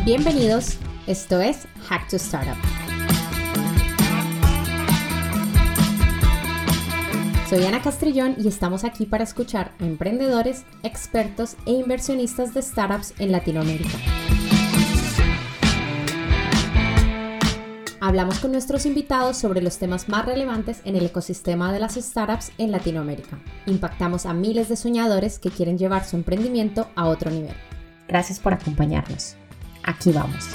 Bienvenidos, esto es Hack to Startup. Soy Ana Castrillón y estamos aquí para escuchar a emprendedores, expertos e inversionistas de startups en Latinoamérica. Hablamos con nuestros invitados sobre los temas más relevantes en el ecosistema de las startups en Latinoamérica. Impactamos a miles de soñadores que quieren llevar su emprendimiento a otro nivel. Gracias por acompañarnos. Aquí vamos.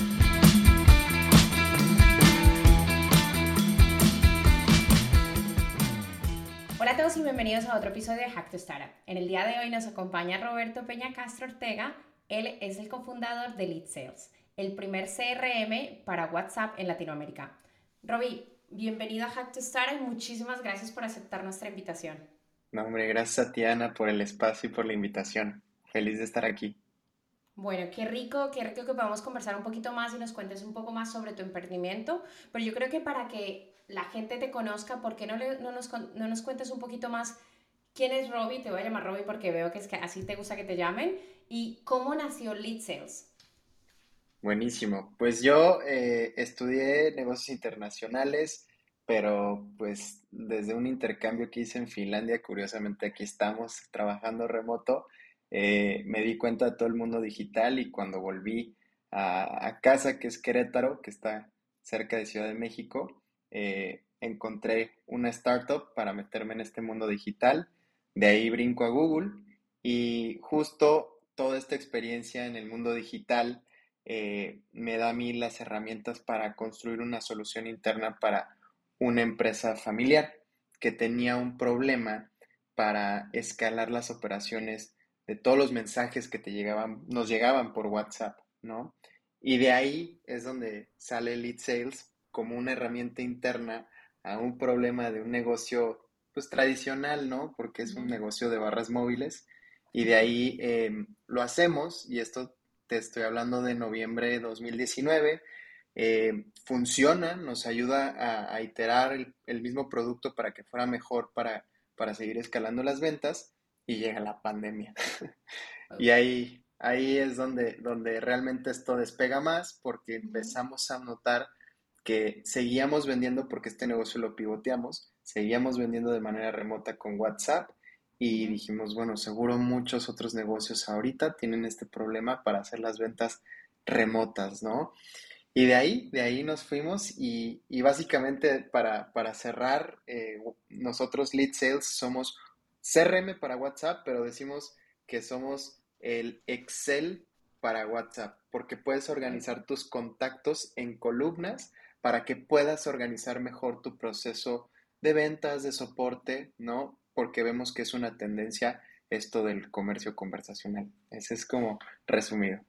Hola a todos y bienvenidos a otro episodio de Hack to Startup. En el día de hoy nos acompaña Roberto Peña Castro Ortega. Él es el cofundador de Lead Sales, el primer CRM para WhatsApp en Latinoamérica. Roby, bienvenido a Hack to Startup y muchísimas gracias por aceptar nuestra invitación. No, hombre, gracias a ti, Ana, por el espacio y por la invitación. Feliz de estar aquí. Bueno, qué rico que podamos conversar un poquito más y nos cuentes un poco más sobre tu emprendimiento, pero yo creo que para que la gente te conozca, ¿por qué no nos cuentes un poquito más quién es Roby? Te voy a llamar Roby porque veo que es que así te gusta que te llamen, y cómo nació Lead Sales. Buenísimo. Pues yo estudié negocios internacionales, pero pues desde un intercambio que hice en Finlandia, curiosamente aquí estamos trabajando remoto, me di cuenta de todo el mundo digital y cuando volví a casa, que es Querétaro, que está cerca de Ciudad de México, encontré una startup para meterme en este mundo digital. De ahí brinco a Google y justo toda esta experiencia en el mundo digital me da a mí las herramientas para construir una solución interna para una empresa familiar que tenía un problema para escalar las operaciones de todos los mensajes que nos llegaban por WhatsApp, ¿no? Y de ahí es donde sale Lead Sales como una herramienta interna a un problema de un negocio pues tradicional, ¿no? Porque es un Ujú. negocio de barras móviles y de ahí lo hacemos y esto te estoy hablando de noviembre de 2019. Funciona, nos ayuda a iterar el mismo producto para que fuera mejor para seguir escalando las ventas y llega la pandemia. Y ahí es donde realmente esto despega más porque Ujú. empezamos a notar que seguíamos vendiendo porque este negocio lo pivoteamos, seguíamos vendiendo de manera remota con WhatsApp y Ujú. dijimos, bueno, seguro muchos otros negocios ahorita tienen este problema para hacer las ventas remotas, ¿no? Y de ahí nos fuimos y básicamente para cerrar, nosotros Lead Sales somos CRM para WhatsApp, pero decimos que somos el Excel para WhatsApp, porque puedes organizar tus contactos en columnas para que puedas organizar mejor tu proceso de ventas, de soporte, ¿no? Porque vemos que es una tendencia esto del comercio conversacional. Ese es como resumido.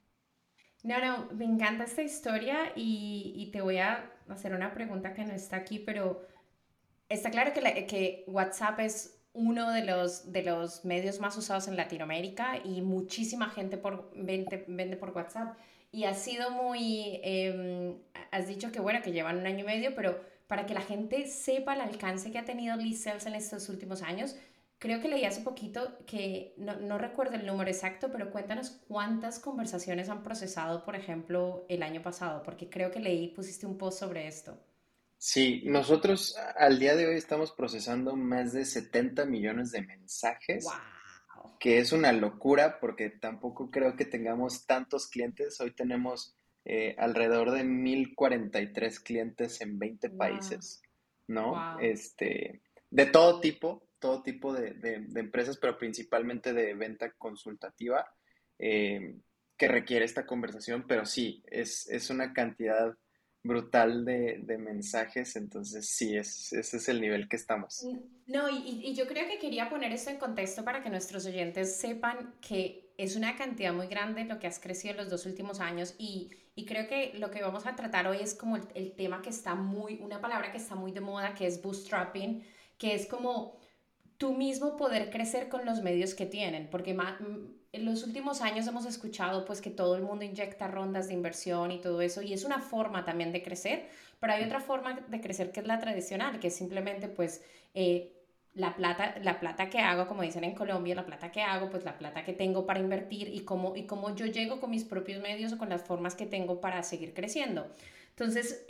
No, me encanta esta historia y te voy a hacer una pregunta que no está aquí, pero está claro que WhatsApp es uno de los medios más usados en Latinoamérica y muchísima gente vende por WhatsApp. Y ha sido muy, has dicho que bueno, que llevan un año y medio, pero para que la gente sepa el alcance que ha tenido Lead Sales en estos últimos años, creo que leí hace poquito que, no recuerdo el número exacto, pero cuéntanos cuántas conversaciones han procesado, por ejemplo, el año pasado, porque creo que pusiste un post sobre esto. Sí, nosotros al día de hoy estamos procesando más de 70 millones de mensajes, ¡Wow! que es una locura porque tampoco creo que tengamos tantos clientes. Hoy tenemos alrededor de 1,043 clientes en 20 Wow, países, ¿no? wow. De todo tipo de empresas, pero principalmente de venta consultativa, eh, que requiere esta conversación, pero sí, es una cantidad brutal de mensajes, entonces sí, ese es el nivel que estamos. No, y yo creo que quería poner esto en contexto para que nuestros oyentes sepan que es una cantidad muy grande lo que has crecido en los dos últimos años y creo que lo que vamos a tratar hoy es como el tema que está una palabra que está muy de moda, que es bootstrapping, que es como tú mismo poder crecer con los medios que tienen, porque en los últimos años hemos escuchado pues que todo el mundo inyecta rondas de inversión y todo eso, y es una forma también de crecer, pero hay otra forma de crecer que es la tradicional, que es simplemente pues la plata que hago, como dicen en Colombia, la plata que hago, pues la plata que tengo para invertir y cómo yo llego con mis propios medios o con las formas que tengo para seguir creciendo. Entonces,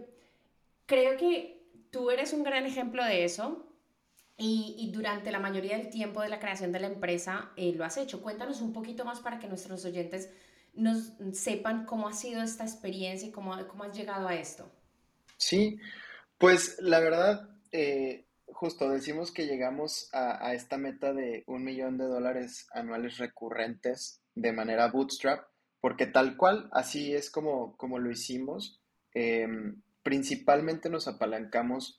creo que tú eres un gran ejemplo de eso y durante la mayoría del tiempo de la creación de la empresa lo has hecho. Cuéntanos un poquito más para que nuestros oyentes nos sepan cómo ha sido esta experiencia y cómo has llegado a esto. Sí, pues la verdad, justo decimos que llegamos a esta meta de $1 millón anuales recurrentes de manera bootstrap, porque tal cual, así es como lo hicimos. Principalmente nos apalancamos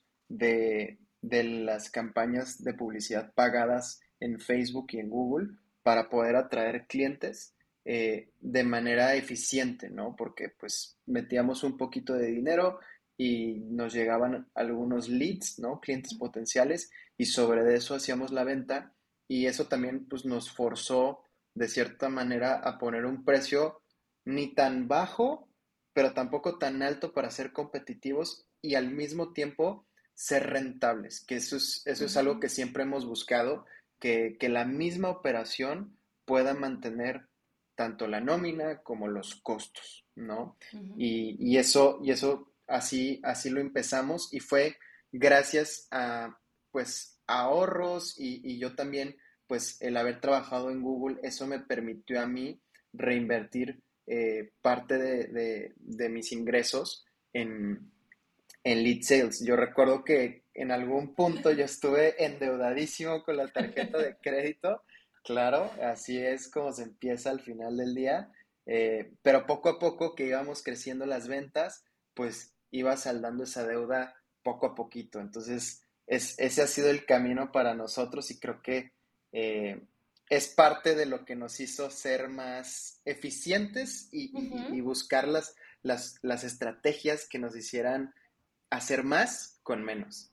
de las campañas de publicidad pagadas en Facebook y en Google para poder atraer clientes de manera eficiente, ¿no? Porque pues metíamos un poquito de dinero y nos llegaban algunos leads, ¿no? Clientes potenciales y sobre eso hacíamos la venta y eso también pues nos forzó de cierta manera a poner un precio ni tan bajo, pero tampoco tan alto para ser competitivos y al mismo tiempo ser rentables, que eso es algo Ujú, que siempre hemos buscado, que la misma operación pueda mantener tanto la nómina como los costos, ¿no? ujú. Y eso así lo empezamos y fue gracias a pues ahorros y yo también pues el haber trabajado en Google, eso me permitió a mí reinvertir parte de mis ingresos en, en lead sales. Yo recuerdo que en algún punto yo estuve endeudadísimo con la tarjeta de crédito, claro, así es como se empieza al final del día, pero poco a poco que íbamos creciendo las ventas, pues iba saldando esa deuda poco a poquito. Entonces, ese ha sido el camino para nosotros y creo que eh, es parte de lo que nos hizo ser más eficientes y Ujú. buscar las estrategias que nos hicieran hacer más con menos.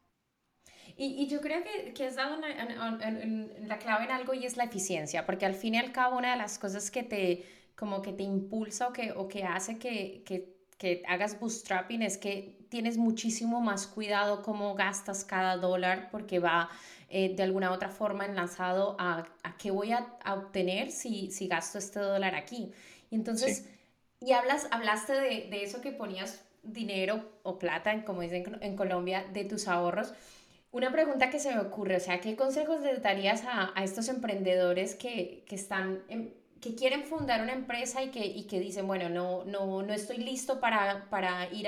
Y yo creo que has dado la clave en algo y es la eficiencia, porque al fin y al cabo una de las cosas que como que te impulsa o que hace que hagas bootstrapping es que tienes muchísimo más cuidado cómo gastas cada dólar, porque va de alguna u otra forma enlazado a qué voy a obtener si gasto este dólar aquí. Y entonces, Sí. y hablaste de eso que ponías dinero o plata, como dicen en Colombia, de tus ahorros. Una pregunta que se me ocurre, o sea, ¿qué consejos les darías a estos emprendedores que están, que quieren fundar una empresa y que dicen, bueno, no estoy listo para ir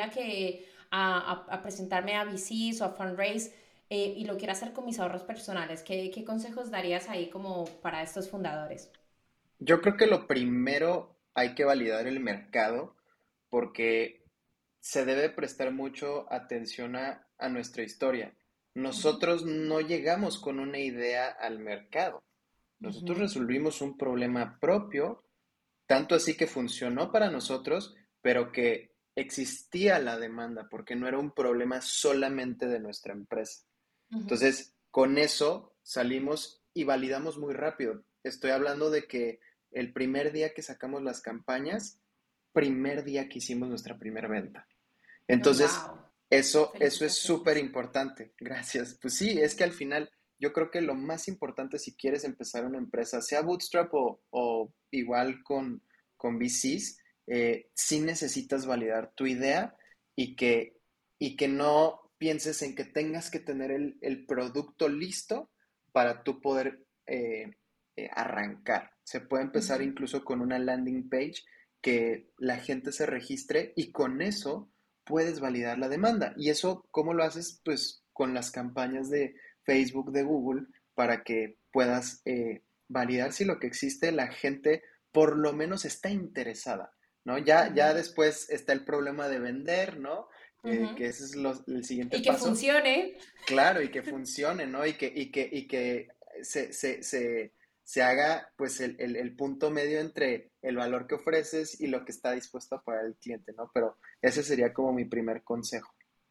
a presentarme a VCs o a fundraise y lo quiero hacer con mis ahorros personales? ¿Qué consejos darías ahí como para estos fundadores? Yo creo que lo primero hay que validar el mercado porque se debe prestar mucho atención a nuestra historia. Ujú, Nosotros no llegamos con una idea al mercado. Nosotros ujú, resolvimos un problema propio, tanto así que funcionó para nosotros, pero que existía la demanda porque no era un problema solamente de nuestra empresa. ujú. Entonces, con eso salimos y validamos muy rápido. Estoy hablando de que el primer día que sacamos las campañas, primer día que hicimos nuestra primera venta. Oh, Entonces, wow. eso es súper Felicitaciones. importante. Gracias. Pues sí, es que al final yo creo que lo más importante si quieres empezar una empresa, sea bootstrap o igual con VCs, sí necesitas validar tu idea y que no pienses en que tengas que tener el producto listo para tú poder arrancar. Se puede empezar Ujú. incluso con una landing page que la gente se registre y con eso puedes validar la demanda. ¿Y eso cómo lo haces? Pues con las campañas de Facebook, de Google, para que puedas validar si lo que existe la gente por lo menos está interesada, ¿no? Ya Ujú, después está el problema de vender, ¿no? ujú. Que ese es el siguiente Y que paso. funcione. Claro, y que funcione, ¿no? Y que se haga pues el punto medio entre el valor que ofreces y lo que está dispuesto a pagar el cliente, ¿no? Pero ese sería como mi primer consejo.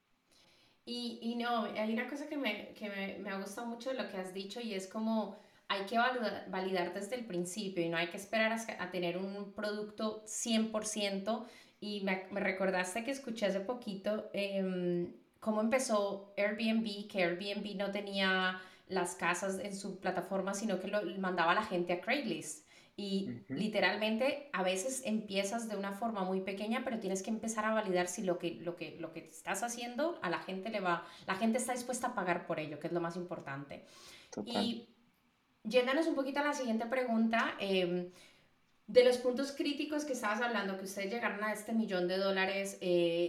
Y no, hay una cosa me ha gustado mucho de lo que has dicho y es como hay que validar desde el principio y no hay que esperar a tener un producto 100%. Y me recordaste que escuché hace poquito cómo empezó Airbnb, que Airbnb no tenía las casas en su plataforma, sino que lo mandaba a la gente a Craigslist. Y Ujú, literalmente a veces empiezas de una forma muy pequeña, pero tienes que empezar a validar si lo que estás haciendo a la gente le va, la gente está dispuesta a pagar por ello, que es lo más importante. total. Y yéndonos un poquito a la siguiente pregunta, de los puntos críticos que estabas hablando, que ustedes llegaron a este $1.000.000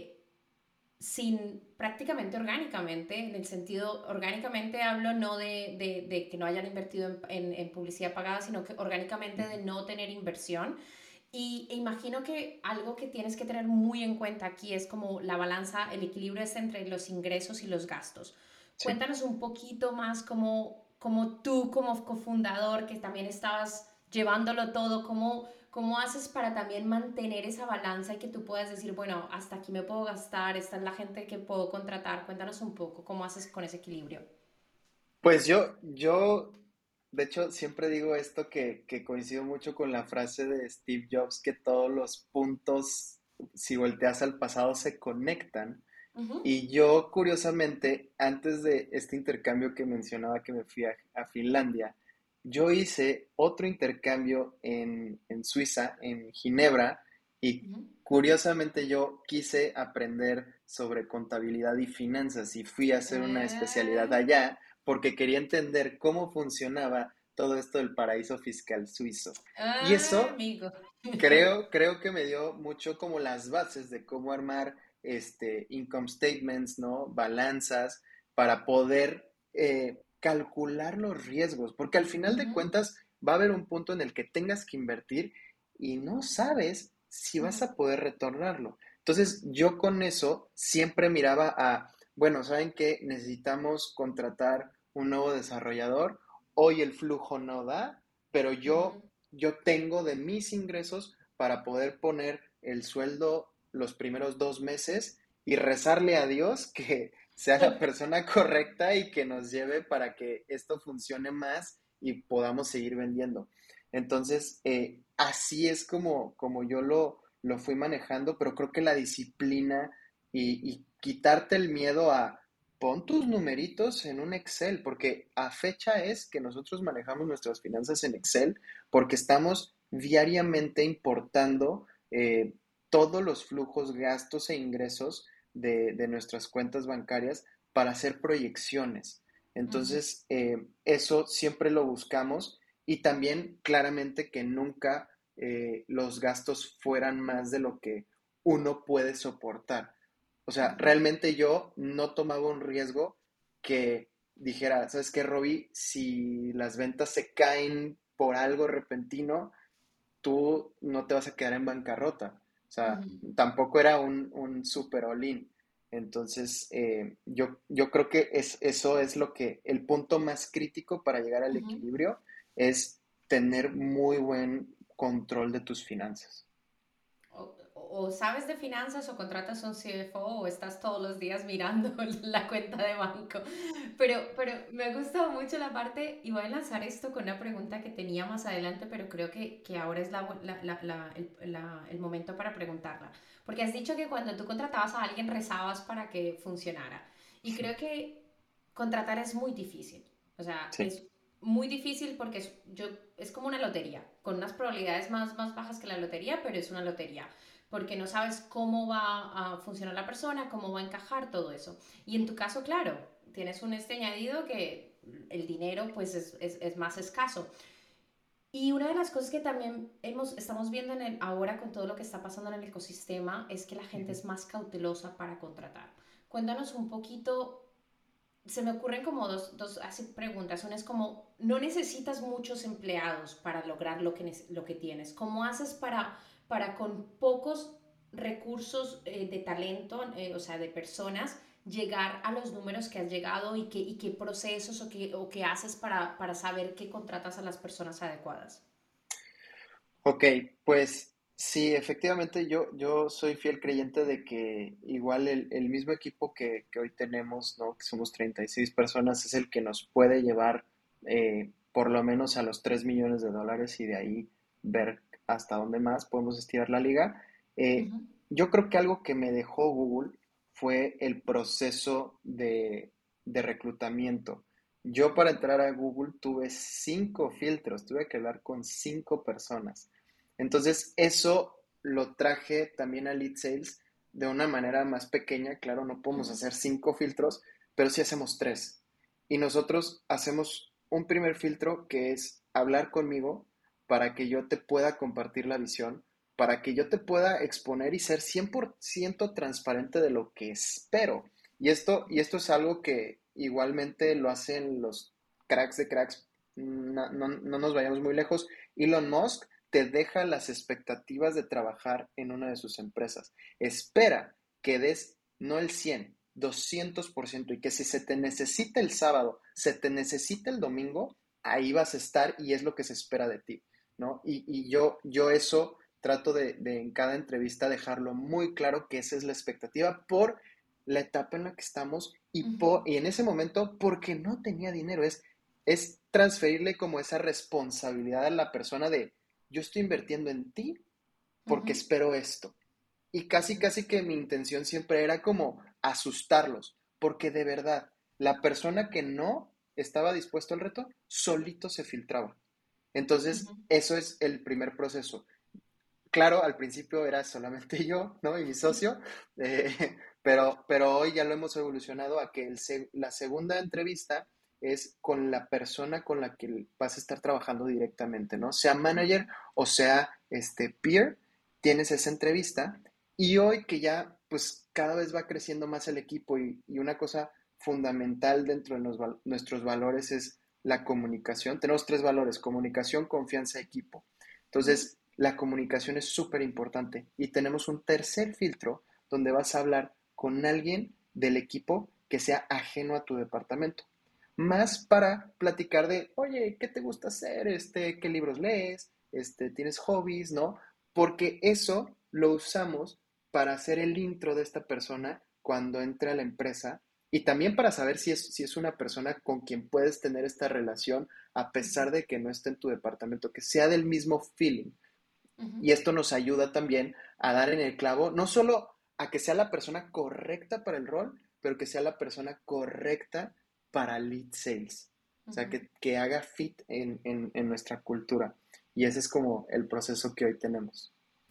sin prácticamente orgánicamente, en el sentido, orgánicamente hablo no de que no hayan invertido en publicidad pagada, sino que orgánicamente de Ujú, no tener inversión. Y imagino que algo que tienes que tener muy en cuenta aquí es como la balanza, el equilibrio es entre los ingresos y los gastos. sí. Cuéntanos un poquito más como tú, como cofundador, que también estabas llevándolo todo, ¿cómo haces para también mantener esa balanza y que tú puedas decir, bueno, hasta aquí me puedo gastar, esta es la gente que puedo contratar? Cuéntanos un poco cómo haces con ese equilibrio. Pues yo, de hecho, siempre digo esto que coincido mucho con la frase de Steve Jobs, que todos los puntos, si volteas al pasado, se conectan. Ujú, Y yo, curiosamente, antes de este intercambio que mencionaba que me fui a Finlandia, yo hice otro intercambio en Suiza, en Ginebra, y ujú, curiosamente yo quise aprender sobre contabilidad y finanzas y fui a hacer una especialidad eh, allá porque quería entender cómo funcionaba todo esto del paraíso fiscal suizo. Y eso amigo. creo que me dio mucho como las bases de cómo armar income statements, ¿no? Balanzas para poder calcular los riesgos, porque al final de Ujú, cuentas va a haber un punto en el que tengas que invertir y no sabes si vas ujú, a poder retornarlo. Entonces, yo con eso siempre miraba a, bueno, ¿saben qué? Necesitamos contratar un nuevo desarrollador. Hoy el flujo no da, pero ujú. yo tengo de mis ingresos para poder poner el sueldo los primeros 2 meses y rezarle a Dios que sea la persona correcta y que nos lleve para que esto funcione más y podamos seguir vendiendo. Entonces, así es como yo lo fui manejando, pero creo que la disciplina y quitarte el miedo a pon tus numeritos en un Excel, porque a fecha es que nosotros manejamos nuestras finanzas en Excel porque estamos diariamente importando todos los flujos, gastos e ingresos de nuestras cuentas bancarias para hacer proyecciones. Ujú, Entonces, eso siempre lo buscamos y también claramente que nunca los gastos fueran más de lo que uno puede soportar. O sea, ujú. realmente yo no tomaba un riesgo que dijera, ¿sabes qué, Robbie? Si las ventas se caen por algo repentino, tú no te vas a quedar en bancarrota. O sea, Ujú, tampoco era un super all-in. Entonces, yo creo que eso es lo que, el punto más crítico para llegar al ujú. equilibrio es tener muy buen control de tus finanzas. O sabes de finanzas o contratas un CFO o estás todos los días mirando la cuenta de banco. Pero me gusta mucho la parte, y voy a lanzar esto con una pregunta que tenía más adelante, pero creo que ahora es el momento para preguntarla. Porque has dicho que cuando tú contratabas a alguien rezabas para que funcionara. Y creo que contratar es muy difícil. O sea, Sí. es muy difícil porque es como una lotería, con unas probabilidades más bajas que la lotería, pero es una lotería porque no sabes cómo va a funcionar la persona, cómo va a encajar todo eso. Y en tu caso, claro, tienes un añadido que el dinero pues es más escaso. Y una de las cosas que también estamos viendo ahora con todo lo que está pasando en el ecosistema es que la gente Ujú. es más cautelosa para contratar. Cuéntanos un poquito, se me ocurren como dos así preguntas. Una es como, no necesitas muchos empleados para lograr lo que tienes. ¿Cómo haces para con pocos recursos de talento, o sea, de personas, llegar a los números que has llegado y qué procesos o qué haces para saber que contratas a las personas adecuadas? Ok, pues sí, efectivamente yo soy fiel creyente de que igual el mismo equipo que hoy tenemos, ¿no? Que somos 36 personas, es el que nos puede llevar por lo menos a los $3 millones y de ahí ver hasta dónde más podemos estirar la liga. Eh, Ujú, yo creo que algo que me dejó Google fue el proceso de reclutamiento. Yo para entrar a Google tuve 5 filtros, tuve que hablar con 5 personas. Entonces, eso lo traje también a Lead Sales de una manera más pequeña. Claro, no podemos Ujú, hacer 5 filtros, pero sí hacemos 3. Y nosotros hacemos un primer filtro que es hablar conmigo para que yo te pueda compartir la visión, para que yo te pueda exponer y ser 100% transparente de lo que espero. Y esto es algo que igualmente lo hacen los cracks de cracks. No, no nos vayamos muy lejos. Elon Musk te deja las expectativas de trabajar en una de sus empresas. Espera que des no el 100, 200%, y que si se te necesita el sábado, se te necesita el domingo, ahí vas a estar y es lo que se espera de ti, ¿no? Y yo eso trato de en cada entrevista dejarlo muy claro que esa es la expectativa por la etapa en la que estamos ujú, y en ese momento porque no tenía dinero. Es transferirle como esa responsabilidad a la persona de yo estoy invirtiendo en ti porque ujú, espero esto. Y casi, casi que mi intención siempre era como asustarlos, porque de verdad, la persona que no estaba dispuesto al reto, solito se filtraba. ujú. Entonces, eso es el primer proceso. Claro, al principio era solamente yo, ¿no? Y mi socio, eh, pero hoy ya lo hemos evolucionado a que la segunda entrevista es con la persona con la que vas a estar trabajando directamente, ¿no? Sea manager o sea peer, tienes esa entrevista y hoy que ya pues cada vez va creciendo más el equipo y una cosa fundamental dentro de nuestros valores es la comunicación. Tenemos 3 valores: comunicación, confianza, equipo. Ujú. Entonces, la comunicación es súper importante y tenemos un tercer filtro donde vas a hablar con alguien del equipo que sea ajeno a tu departamento. Más para platicar de, oye, ¿qué te gusta hacer? ¿Qué libros lees? ¿Tienes hobbies? ¿No? Porque eso lo usamos para hacer el intro de esta persona cuando entra a la empresa y también para saber si es una persona con quien puedes tener esta relación a pesar de que no esté en tu departamento, que sea del mismo feeling. Ujú, Y esto nos ayuda también a dar en el clavo, no solo a que sea la persona correcta para el rol, pero que sea la persona correcta para lead sales. O sea, ujú. que haga fit en nuestra cultura. Y ese es como el proceso que hoy tenemos.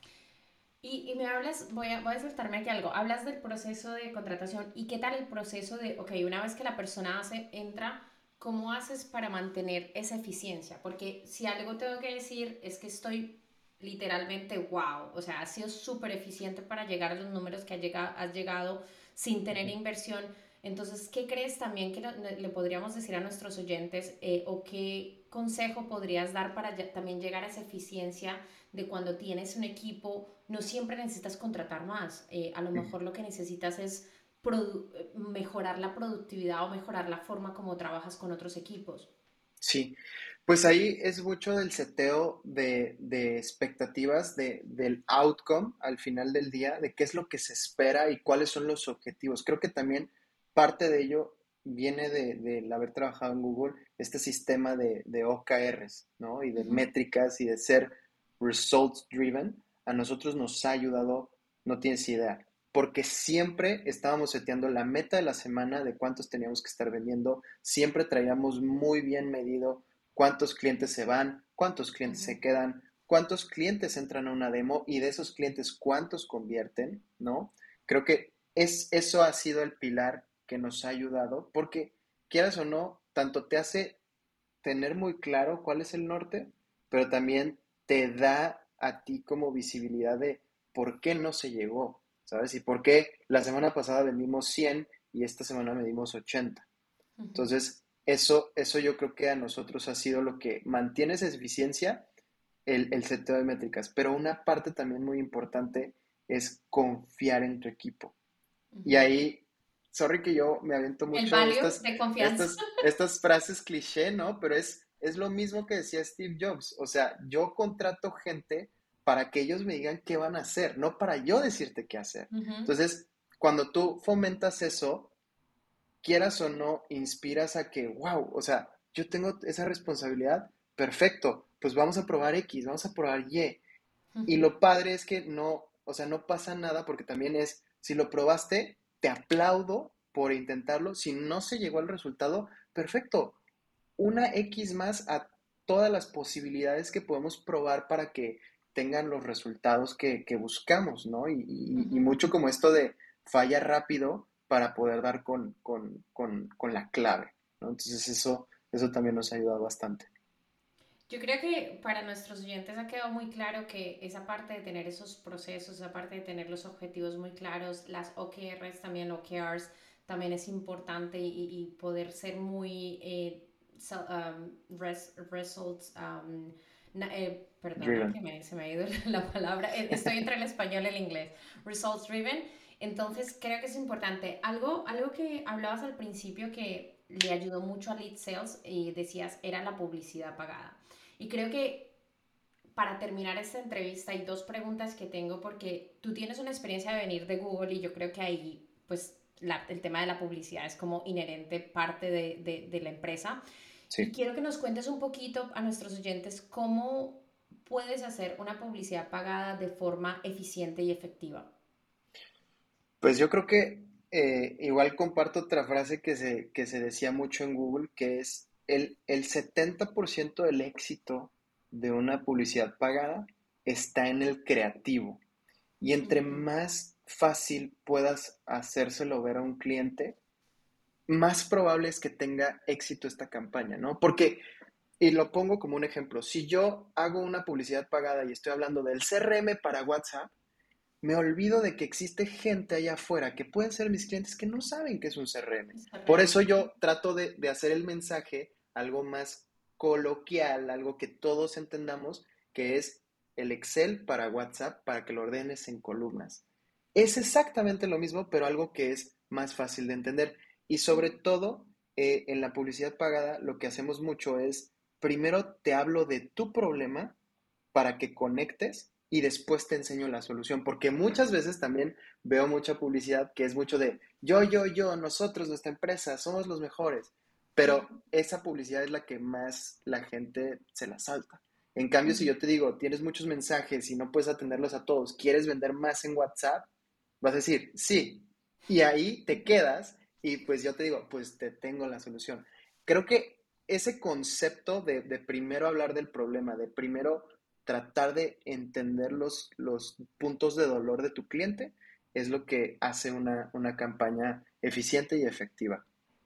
Y me hablas, voy a saltarme aquí algo, hablas del proceso de contratación y qué tal el proceso de, ok, una vez que la persona entra, ¿cómo haces para mantener esa eficiencia? Porque si algo tengo que decir es que estoy literalmente wow, o sea, has sido súper eficiente para llegar a los números que has llegado sin tener Ujú. inversión. Entonces, ¿qué crees también que le podríamos decir a nuestros oyentes o qué consejo podrías dar para también llegar a esa eficiencia de cuando tienes un equipo? No siempre necesitas contratar más, a lo Ujú. mejor lo que necesitas es mejorar la productividad o mejorar la forma como trabajas con otros equipos. Sí, pues ahí es mucho del seteo de expectativas del outcome al final del día, de qué es lo que se espera y cuáles son los objetivos. Creo que también parte de ello viene del haber trabajado en Google, este sistema de OKRs, ¿no? Y de Ujú, métricas y de ser results driven. A nosotros nos ha ayudado, no tienes idea, porque siempre estábamos seteando la meta de la semana de cuántos teníamos que estar vendiendo, siempre traíamos muy bien medido cuántos clientes se van, cuántos clientes ujú, se quedan, cuántos clientes entran a una demo y de esos clientes cuántos convierten, ¿no? Creo que eso ha sido el pilar que nos ha ayudado porque quieras o no, tanto te hace tener muy claro cuál es el norte, pero también te da a ti como visibilidad de por qué no se llegó, ¿sabes? Y por qué la semana pasada vendimos 100 y esta semana medimos 80. ujú. Entonces, eso yo creo que a nosotros ha sido lo que mantiene esa eficiencia, el seteo de métricas. Pero una parte también muy importante es confiar en tu equipo. Y Ujú. ahí, sorry que yo me aviento El mucho value de confianza. estas frases cliché, ¿no? Pero es lo mismo que decía Steve Jobs. O sea, yo contrato gente para que ellos me digan qué van a hacer, no para yo decirte qué hacer. Ujú, Entonces, cuando tú fomentas eso, quieras o no, inspiras a que, wow, o sea, yo tengo esa responsabilidad, perfecto, pues vamos a probar X, vamos a probar Y. Y ujú, lo padre es que no, o sea, no pasa nada porque también es, si lo probaste, te aplaudo por intentarlo, si no se llegó al resultado, perfecto, una X más a todas las posibilidades que podemos probar para que tengan los resultados que buscamos, ¿no? Y Ujú. mucho como esto de falla rápido para poder dar con la clave, ¿no? Entonces eso también nos ha ayudado bastante. Yo creo que para nuestros oyentes ha quedado muy claro que esa parte de tener esos procesos, esa parte de tener los objetivos muy claros, las OKRs también, OKRs, también es importante y poder ser muy results, perdona que Driven. se me ha ido la palabra, estoy entre el español y el inglés, results driven. Entonces creo que es importante. Algo que hablabas al principio que le ayudó mucho a Lead Sales y decías era la publicidad pagada. Y creo que para terminar esta entrevista hay dos preguntas que tengo porque tú tienes una experiencia de venir de Google y yo creo que ahí pues el tema de la publicidad es como inherente parte de la empresa. Y Sí. quiero que nos cuentes un poquito a nuestros oyentes cómo puedes hacer una publicidad pagada de forma eficiente y efectiva. Pues yo creo que igual comparto otra frase que se decía mucho en Google, que es el 70% del éxito de una publicidad pagada está en el creativo. Y entre Ujú. más fácil puedas hacérselo ver a un cliente, más probable es que tenga éxito esta campaña, ¿no? Porque, y lo pongo como un ejemplo, si yo hago una publicidad pagada y estoy hablando del CRM para WhatsApp, me olvido de que existe gente allá afuera que pueden ser mis clientes que no saben qué es un CRM. Por CRM. eso yo trato de hacer el mensaje algo más coloquial, algo que todos entendamos, que es el Excel para WhatsApp para que lo ordenes en columnas. Es exactamente lo mismo, pero algo que es más fácil de entender. Y sobre todo, en la publicidad pagada, lo que hacemos mucho es, primero te hablo de tu problema para que conectes y después te enseño la solución, porque muchas veces también veo mucha publicidad que es mucho de yo, nosotros, nuestra empresa, somos los mejores, pero esa publicidad es la que más la gente se la salta. En cambio, si Ujú. yo te digo, tienes muchos mensajes y no puedes atenderlos a todos, ¿quieres vender más en WhatsApp? Vas a decir, sí. Y ahí te quedas y pues yo te digo, pues te tengo la solución. Creo que ese concepto de primero hablar del problema, de primero tratar de entender los puntos de dolor de tu cliente, es lo que hace una campaña eficiente y efectiva.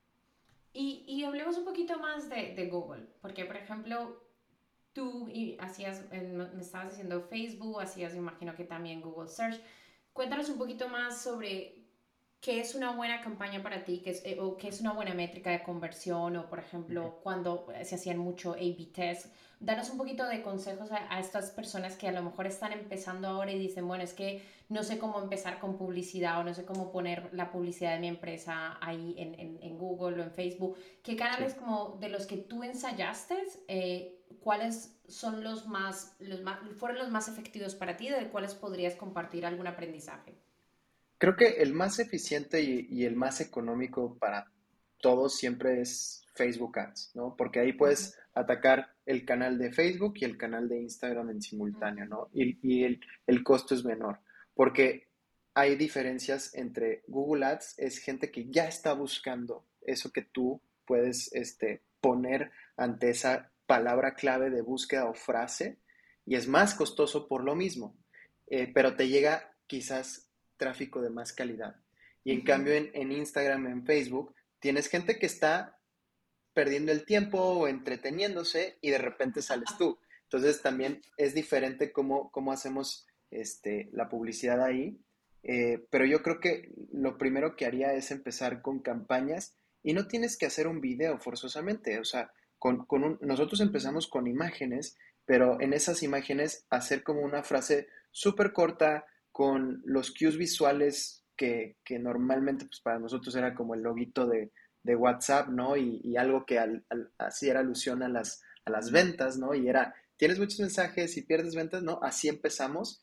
Y hablemos un poquito más de Google, porque por ejemplo, tú hacías, me estabas diciendo Facebook, hacías, imagino que también Google Search. Cuéntanos un poquito más sobre qué es una buena campaña para ti, o qué es una buena métrica de conversión, o por Ujú. ejemplo, cuando se hacían mucho A/B test. Danos un poquito de consejos a estas personas que a lo mejor están empezando ahora y dicen, bueno, es que no sé cómo empezar con publicidad o no sé cómo poner la publicidad de mi empresa ahí en Google o en Facebook. ¿Qué canales Sí. como de los que tú ensayaste, cuáles son fueron los más efectivos para ti, de cuáles podrías compartir algún aprendizaje? Creo que el más eficiente y el más económico para todos siempre es Facebook Ads, ¿no? Porque ahí Ujú, puedes atacar el canal de Facebook y el canal de Instagram en simultáneo, ujú, ¿no? Y el costo es menor, porque hay diferencias entre Google Ads, es gente que ya está buscando eso que tú puedes poner ante esa palabra clave de búsqueda o frase, y es más costoso por lo mismo, pero te llega quizás tráfico de más calidad. Y en ujú. cambio en Instagram, en Facebook, tienes gente que está perdiendo el tiempo o entreteniéndose y de repente sales tú. Entonces también es diferente cómo hacemos la publicidad ahí. Pero yo creo que lo primero que haría es empezar con campañas y no tienes que hacer un video forzosamente. O sea, nosotros empezamos con imágenes, pero en esas imágenes hacer como una frase súper corta con los cues visuales que normalmente pues para nosotros era como el loguito de WhatsApp, ¿no? Y algo que hacía alusión a las ventas, ¿no? Y era, tienes muchos mensajes y pierdes ventas, ¿no? Así empezamos.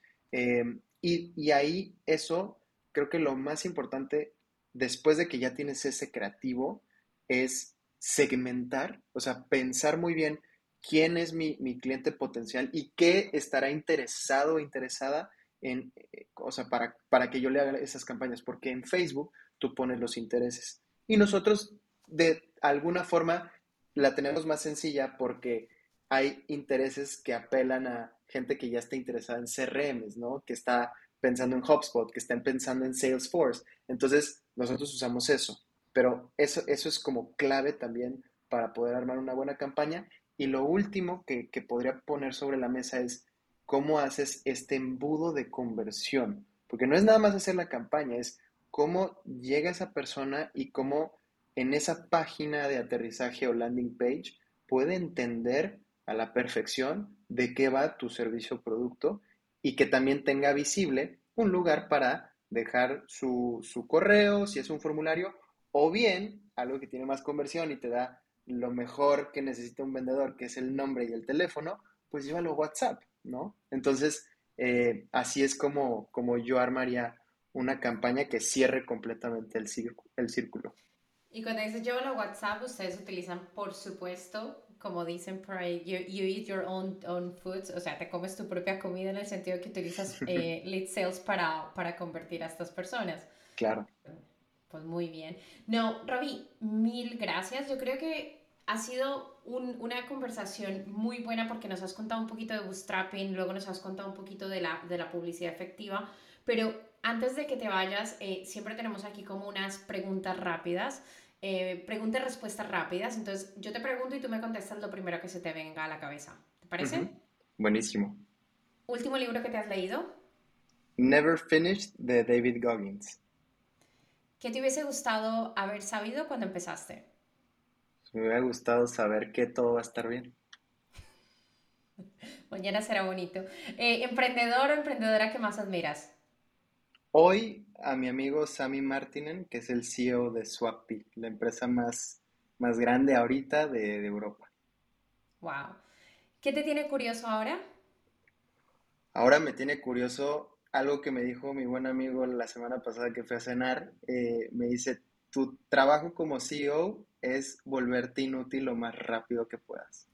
Y ahí eso, creo que lo más importante, después de que ya tienes ese creativo, es segmentar, o sea, pensar muy bien quién es mi cliente potencial y qué estará interesado o interesada en, o sea, para que yo le haga esas campañas, porque en Facebook tú pones los intereses y nosotros de alguna forma la tenemos más sencilla porque hay intereses que apelan a gente que ya está interesada en CRMs, ¿no? Que está pensando en HubSpot, que están pensando en Salesforce. Entonces, nosotros usamos eso. Pero eso es como clave también para poder armar una buena campaña. Y lo último que podría poner sobre la mesa es cómo haces este embudo de conversión. Porque no es nada más hacer la campaña, es cómo llega esa persona y cómo en esa página de aterrizaje o landing page puede entender a la perfección de qué va tu servicio o producto y que también tenga visible un lugar para dejar su correo, si es un formulario, o bien algo que tiene más conversión y te da lo mejor que necesita un vendedor, que es el nombre y el teléfono, pues llévalo a WhatsApp, ¿no? Entonces, así es como yo armaría una campaña que cierre completamente el círculo. Y cuando dices yo a WhatsApp, ustedes utilizan, por supuesto, como dicen por ahí, you eat your own food, o sea, te comes tu propia comida en el sentido que utilizas lead sales para convertir a estas personas. Claro. Pues muy bien. No, Robbie, mil gracias. Yo creo que ha sido una conversación muy buena porque nos has contado un poquito de bootstrapping, luego nos has contado un poquito de la publicidad efectiva, pero antes de que te vayas, siempre tenemos aquí como unas preguntas rápidas, preguntas y respuestas rápidas. Entonces yo te pregunto y tú me contestas lo primero que se te venga a la cabeza. ¿Te parece? Ujú. Buenísimo. ¿Último libro que te has leído? Never Finished de David Goggins. ¿Qué te hubiese gustado haber sabido cuando empezaste? Me hubiera gustado saber que todo va a estar bien. Mañana será bonito. ¿Emprendedor o emprendedora que más admiras? Hoy a mi amigo Sami Martinen, que es el CEO de Swappi, la empresa más grande ahorita de Europa. Wow. ¿Qué te tiene curioso ahora? Ahora me tiene curioso algo que me dijo mi buen amigo la semana pasada que fui a cenar. Me dice, tu trabajo como CEO es volverte inútil lo más rápido que puedas.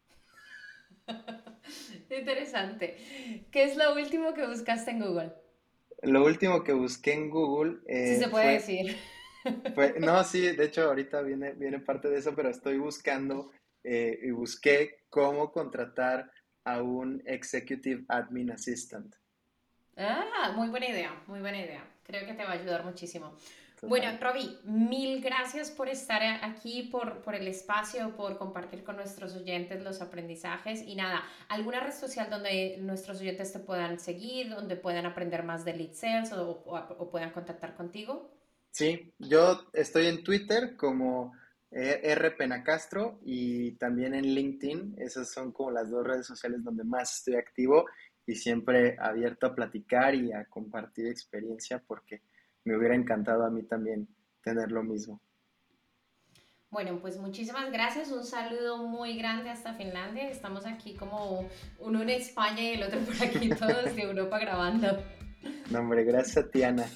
Interesante. ¿Qué es lo último que buscaste en Google? Lo último que busqué en Google Si se puede decir. no, sí, de hecho ahorita viene parte de eso, pero estoy buscando y busqué cómo contratar a un Executive Admin Assistant. Ah, muy buena idea, muy buena idea. Creo que te va a ayudar muchísimo. Bueno, Total. Robbie, mil gracias por estar aquí, por el espacio, por compartir con nuestros oyentes los aprendizajes y nada, alguna red social donde nuestros oyentes te puedan seguir, donde puedan aprender más de lead sales o puedan contactar contigo. Sí, yo estoy en Twitter como R. Penacastro y también en LinkedIn. Esas son como las dos redes sociales donde más estoy activo y siempre abierto a platicar y a compartir experiencia porque me hubiera encantado a mí también tener lo mismo. Bueno, pues muchísimas gracias. Un saludo muy grande hasta Finlandia. Estamos aquí como uno en España y el otro por aquí, todos de Europa grabando. No, hombre, gracias a ti, Ana.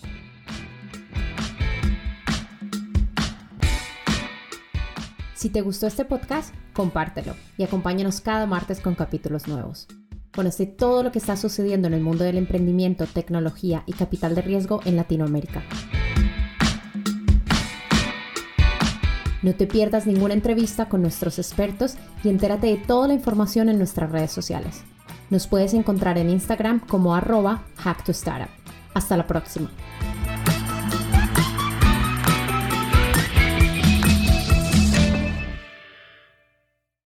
Si te gustó este podcast, compártelo y acompáñanos cada martes con capítulos nuevos. Conoce todo lo que está sucediendo en el mundo del emprendimiento, tecnología y capital de riesgo en Latinoamérica. No te pierdas ninguna entrevista con nuestros expertos y entérate de toda la información en nuestras redes sociales. Nos puedes encontrar en Instagram como @hacktostartup. Hasta la próxima.